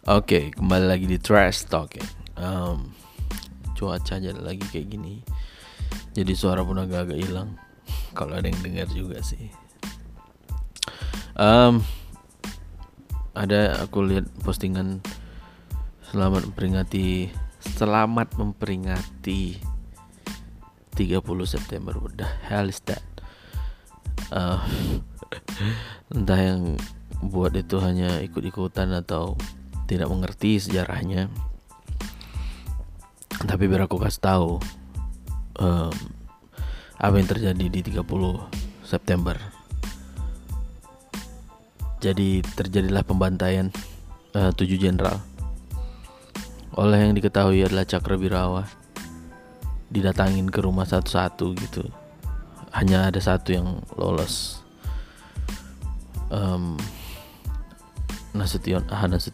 Oke, kembali lagi di Trash Talking. Cuaca jadi lagi kayak gini, jadi suara pun agak-agak hilang. Kalau ada yang dengar juga sih. Ada aku lihat postingan selamat memperingati 30 September. What the hell is that? Entah yang buat itu hanya ikut-ikutan atau tidak mengerti sejarahnya. Tapi biar aku kasih tahu apa yang terjadi di 30 September. Jadi terjadilah pembantaian 7 jenderal oleh yang diketahui adalah Cakrawirawa. Didatangin ke rumah satu-satu gitu. Hanya ada satu yang lolos, Nasution.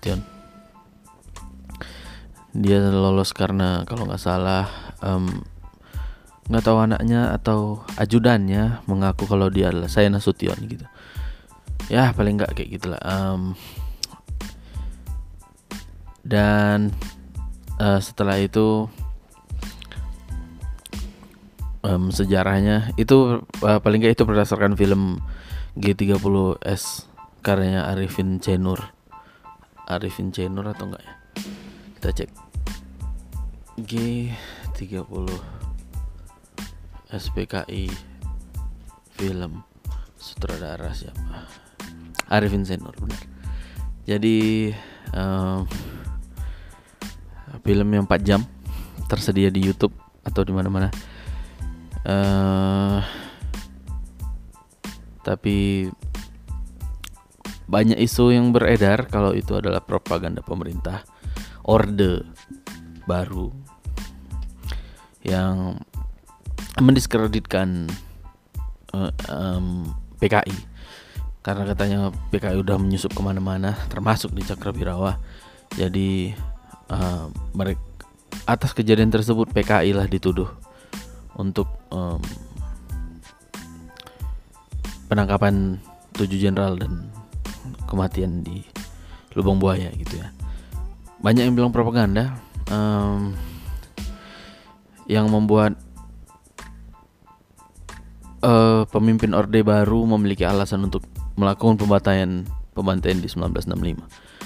Dia lolos karena kalau nggak salah nggak tahu anaknya atau ajudannya mengaku kalau dia adalah saya Nasution gitu. Ya paling nggak kayak gitulah. Dan setelah itu sejarahnya itu paling nggak itu berdasarkan film G30S karyanya Arifin C. Nur atau enggak ya, kita cek. G30 SPKI film, sutradara siapa? Arifin C. Nur, benar. Jadi film yang 4 jam tersedia di YouTube atau di mana-mana. Tapi banyak isu yang beredar kalau itu adalah propaganda pemerintah, orde baru yang mendiskreditkan PKI karena katanya PKI udah menyusup kemana-mana termasuk di Cakrawirawa. Jadi mereka atas kejadian tersebut PKI lah dituduh untuk penangkapan 7 jenderal dan kematian di Lubang Buaya gitu ya. Banyak yang bilang propaganda, yang membuat pemimpin Orde Baru memiliki alasan untuk melakukan pembantaian di 1965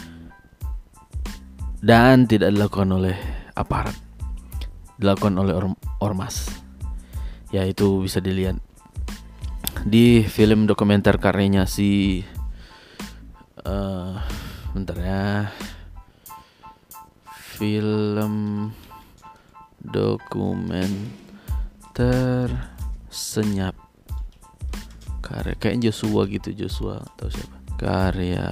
dan tidak dilakukan oleh aparat, dilakukan oleh ormas. Ya itu bisa dilihat di film dokumenter karyanya si bentar ya, film dokumenter Senyap karya kayak Joshua atau siapa, karya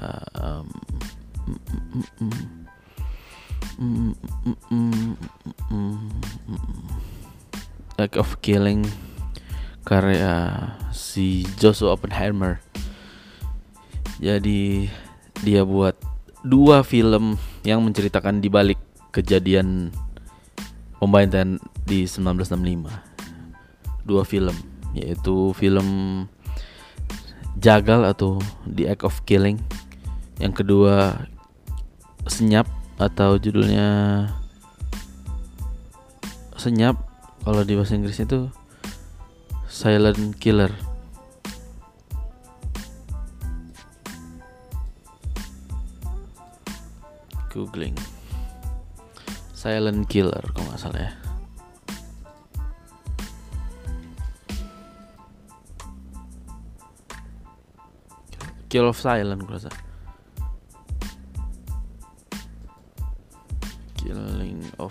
Act of Killing karya si Joshua Oppenheimer. Jadi dia buat 2 film yang menceritakan di balik kejadian pembantaian di 1965. 2 film, yaitu film Jagal atau The Act of Killing, yang kedua Senyap atau judulnya Senyap, kalau di bahasa Inggris itu Silent Killer. Googling Silent Killer kalau nggak salah ya. Kill of Silent kalau salah. Killing of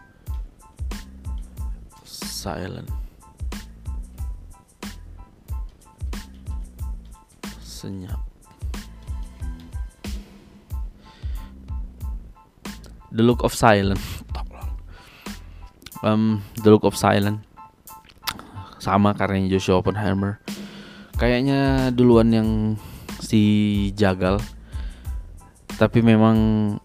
Silent. Senyap. The Look of Silent. The Look of Silent sama karyanya Joshua Oppenheimer. Kayaknya duluan yang si Jagal, tapi memang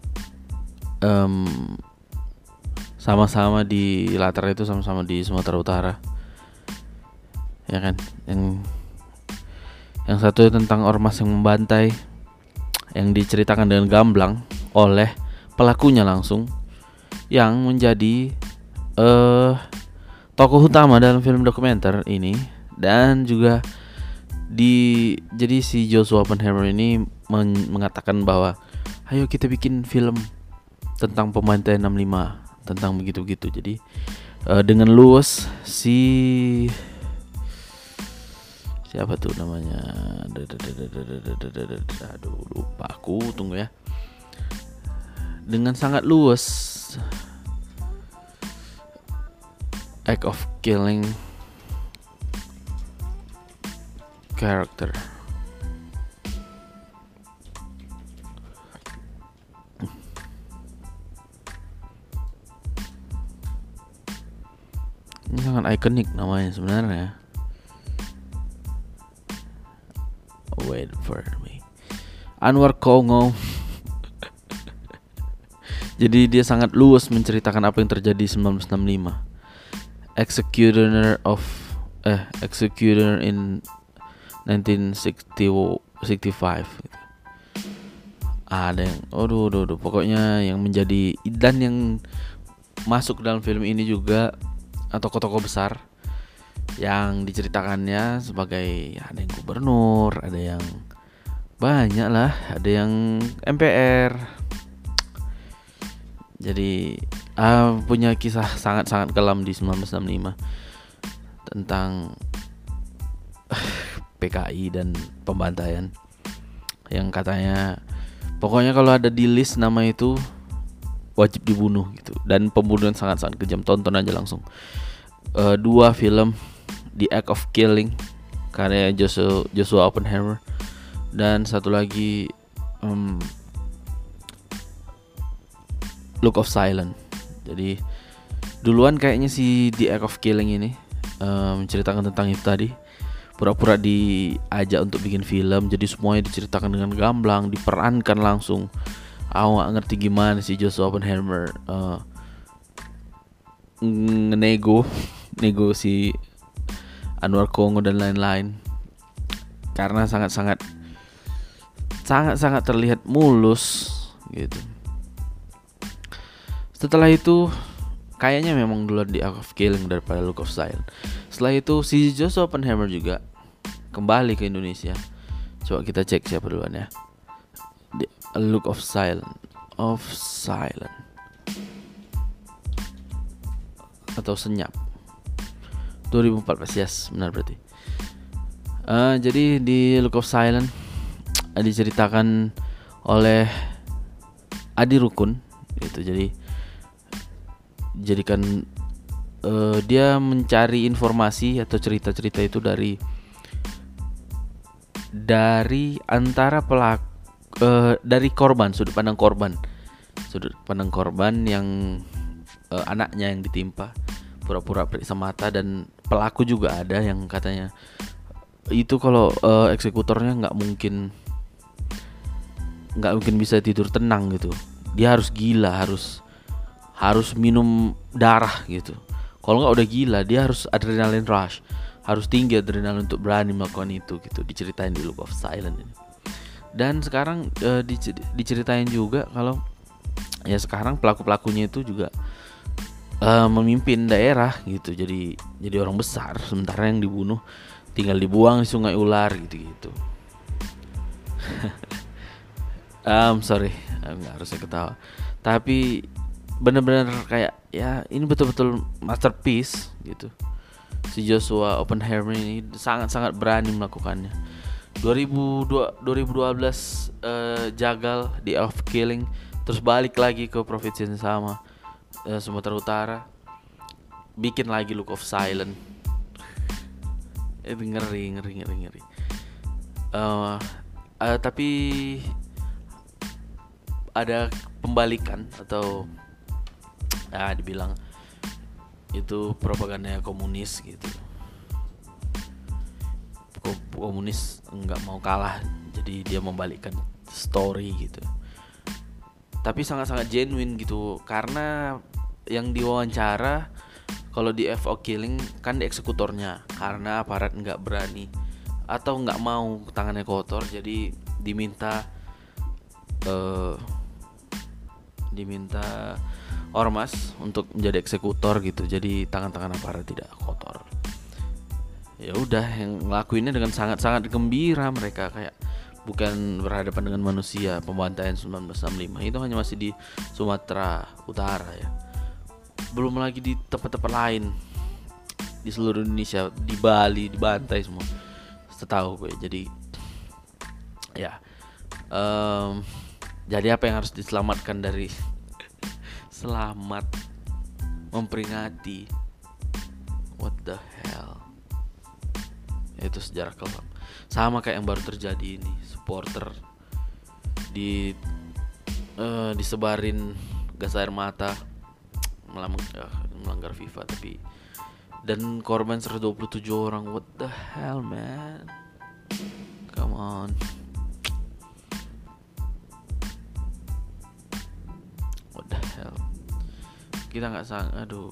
sama-sama di latar itu sama-sama di Sumatera Utara, ya kan? Yang satu tentang ormas yang membantai, yang diceritakan dengan gamblang, oleh pelakunya langsung yang menjadi tokoh utama dalam film dokumenter ini. Dan juga jadi si Joshua Oppenheimer ini mengatakan bahwa ayo kita bikin film tentang pembantaian 65, tentang begitu-begitu. Jadi dengan luas siapa tuh namanya, aduh lupa aku, tunggu ya. Dengan sangat luas act of killing character. Ini sangat ikonik namanya sebenarnya. Wait for me. Anwar Kongo. Jadi dia sangat luas menceritakan apa yang terjadi 1965. Executioner in 1965 gitu. Ada yang pokoknya yang menjadi dan yang masuk dalam film ini juga tokoh-tokoh besar yang diceritakannya sebagai ada yang gubernur, ada yang banyak lah, ada yang MPR. Jadi punya kisah sangat-sangat kelam di 1965 tentang PKI dan pembantaian yang katanya pokoknya kalau ada di list nama itu wajib dibunuh gitu. Dan pembunuhan sangat-sangat kejam. Tonton aja langsung 2 film, The Act of Killing karya Joshua Oppenheimer, dan satu lagi Look of Silence. Jadi duluan kayaknya si The Act of Killing ini menceritakan tentang itu tadi, pura-pura diajak untuk bikin film, jadi semuanya diceritakan dengan gamblang, diperankan langsung. Aku gak ngerti gimana si Joshua Oppenheimer nego si Anwar Kongo dan lain-lain, karena sangat terlihat mulus gitu. Setelah itu kayaknya memang duluan di Act of Killing daripada Look of Silence. Setelah itu si Joshua Oppenheimer juga kembali ke Indonesia. Coba kita cek siapa duluan ya. The Look of Silence atau Senyap 2014, yes benar berarti. Jadi di Look of Silence diceritakan oleh Adi Rukun gitu. Jadikan dia mencari informasi atau cerita-cerita itu dari antara pelaku, dari korban, sudut pandang korban yang anaknya yang ditimpa, pura-pura periksa mata, dan pelaku juga ada yang katanya itu kalau eksekutornya nggak mungkin bisa tidur tenang gitu. Dia harus gila, harus minum darah gitu. Kalau nggak udah gila, dia harus adrenaline rush, harus tinggi adrenalin untuk berani melakukan itu gitu. Diceritain di Look of Silence ini. Dan sekarang diceritain juga kalau ya sekarang pelakunya itu juga memimpin daerah gitu. Jadi orang besar, sementara yang dibunuh tinggal dibuang di sungai ular gitu. Sorry, nggak harusnya ketawa. Tapi benar-benar kayak ya ini betul-betul masterpiece gitu. Si Joshua Oppenheimer ini sangat-sangat berani melakukannya. 2012 jagal di Act of Killing, terus balik lagi ke provinsi yang sama, Sumatera Utara, bikin lagi Look of Silence. Itu ngeri. Tapi ada pembalikan atau dibilang itu propaganda komunis gitu. Komunis nggak mau kalah, jadi dia membalikkan story gitu. Tapi sangat-sangat genuine gitu, karena yang diwawancara kalau di Act of Killing kan di eksekutornya, karena aparat nggak berani atau nggak mau tangannya kotor, jadi diminta diminta ormas untuk menjadi eksekutor gitu. Jadi tangan-tangan aparat tidak kotor. Ya udah, yang ngelakuinnya dengan sangat-sangat gembira mereka, kayak bukan berhadapan dengan manusia. Pembantaian 1965 itu hanya masih di Sumatera Utara ya. Belum lagi di tempat-tempat lain di seluruh Indonesia, di Bali dibantai semua setahu gue. Jadi ya jadi apa yang harus diselamatkan dari selamat memperingati, what the hell, itu sejarah kelam. Sama kayak yang baru terjadi ini, supporter disebarin gas air mata melanggar FIFA, tapi dan korban 127 orang. What the hell man, come on. What the hell, kita nggak aduh.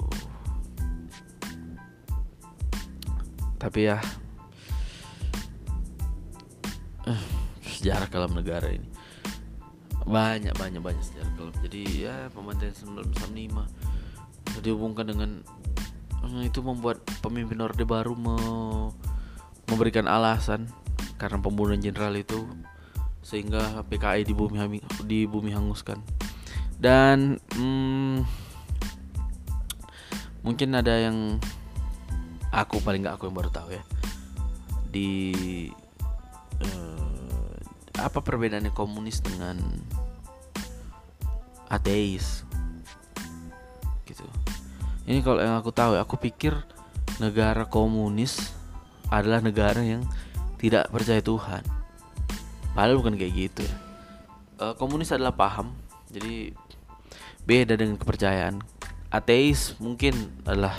Tapi ya sejarah kelam negara ini banyak sejarah kelam. Jadi ya pembantaian 1965 dihubungkan dengan itu membuat pemimpin Orde Baru memberikan alasan karena pembunuhan jenderal itu, sehingga PKI di bumi hanguskan. Dan mungkin ada yang paling nggak aku yang baru tahu ya, di apa perbedaannya komunis dengan ateis gitu. Ini kalau yang aku tahu, aku pikir negara komunis adalah negara yang tidak percaya Tuhan. Padahal bukan kayak gitu ya. Komunis adalah paham, jadi beda dengan kepercayaan. Ateis mungkin adalah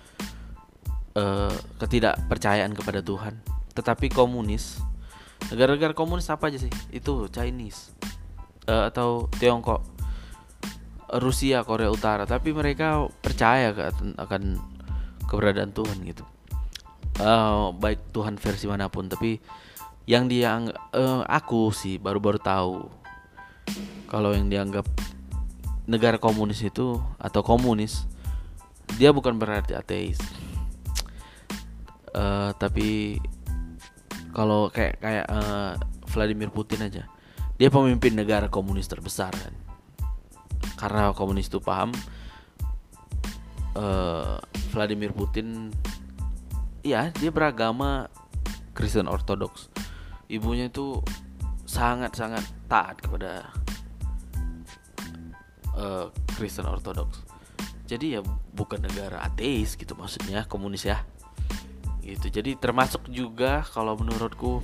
ketidakpercayaan kepada Tuhan. Tetapi komunis, negara-negara komunis apa aja sih? Itu Chinese atau Tiongkok, Rusia, Korea Utara, tapi mereka percaya akan keberadaan Tuhan gitu. Baik Tuhan versi manapun, tapi yang aku sih baru-baru tahu kalau yang dianggap negara komunis itu atau komunis, dia bukan berarti ateis. Tapi kalau kayak Vladimir Putin aja, dia pemimpin negara komunis terbesar kan. Karena komunis itu paham, Vladimir Putin ya dia beragama Kristen Ortodoks. Ibunya itu sangat-sangat taat kepada Kristen Ortodoks. Jadi ya bukan negara ateis gitu maksudnya komunis ya. Gitu. Jadi termasuk juga kalau menurutku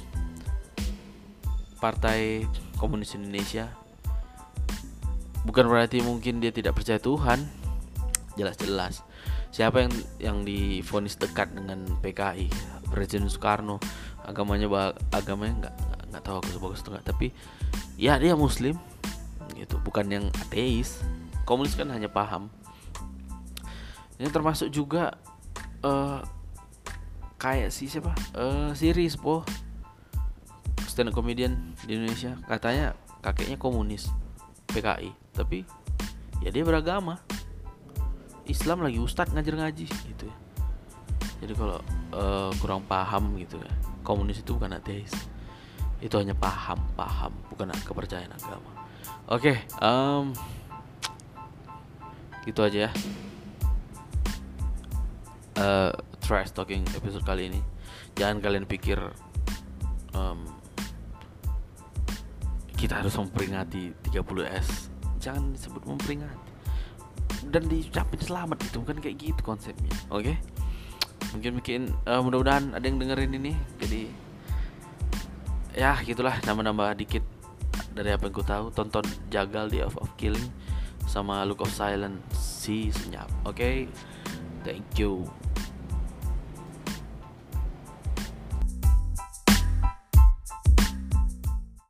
Partai Komunis Indonesia. Bukan berarti mungkin dia tidak percaya Tuhan. Jelas-jelas. Siapa yang divonis dekat dengan PKI? Presiden Soekarno. Agamanya nggak tahu aku sebagus itu nggak. Tapi ya dia Muslim. Gitu. Bukan yang ateis. Komunis kan hanya paham. Ini termasuk juga kayak si Rispo, stand up comedian di Indonesia, katanya kakeknya komunis PKI, tapi ya dia beragama Islam, lagi ustadz ngajar ngaji gitu ya. Jadi kalau kurang paham gitu ya, komunis itu bukan ateis, itu hanya paham bukan kepercayaan agama. Oke, gitu aja ya. Trash talking episode kali ini. Jangan kalian pikir kita harus memperingati 30S. Jangan disebut memperingati dan diucapin selamat, itu bukan kayak gitu konsepnya. Oke? Mungkin mudah-mudahan ada yang dengerin ini. Jadi ya gitulah, nambah dikit dari apa yang ku tahu. Tonton Jagal di of Killing sama Look of Silence si Senyap. Oke? Thank you.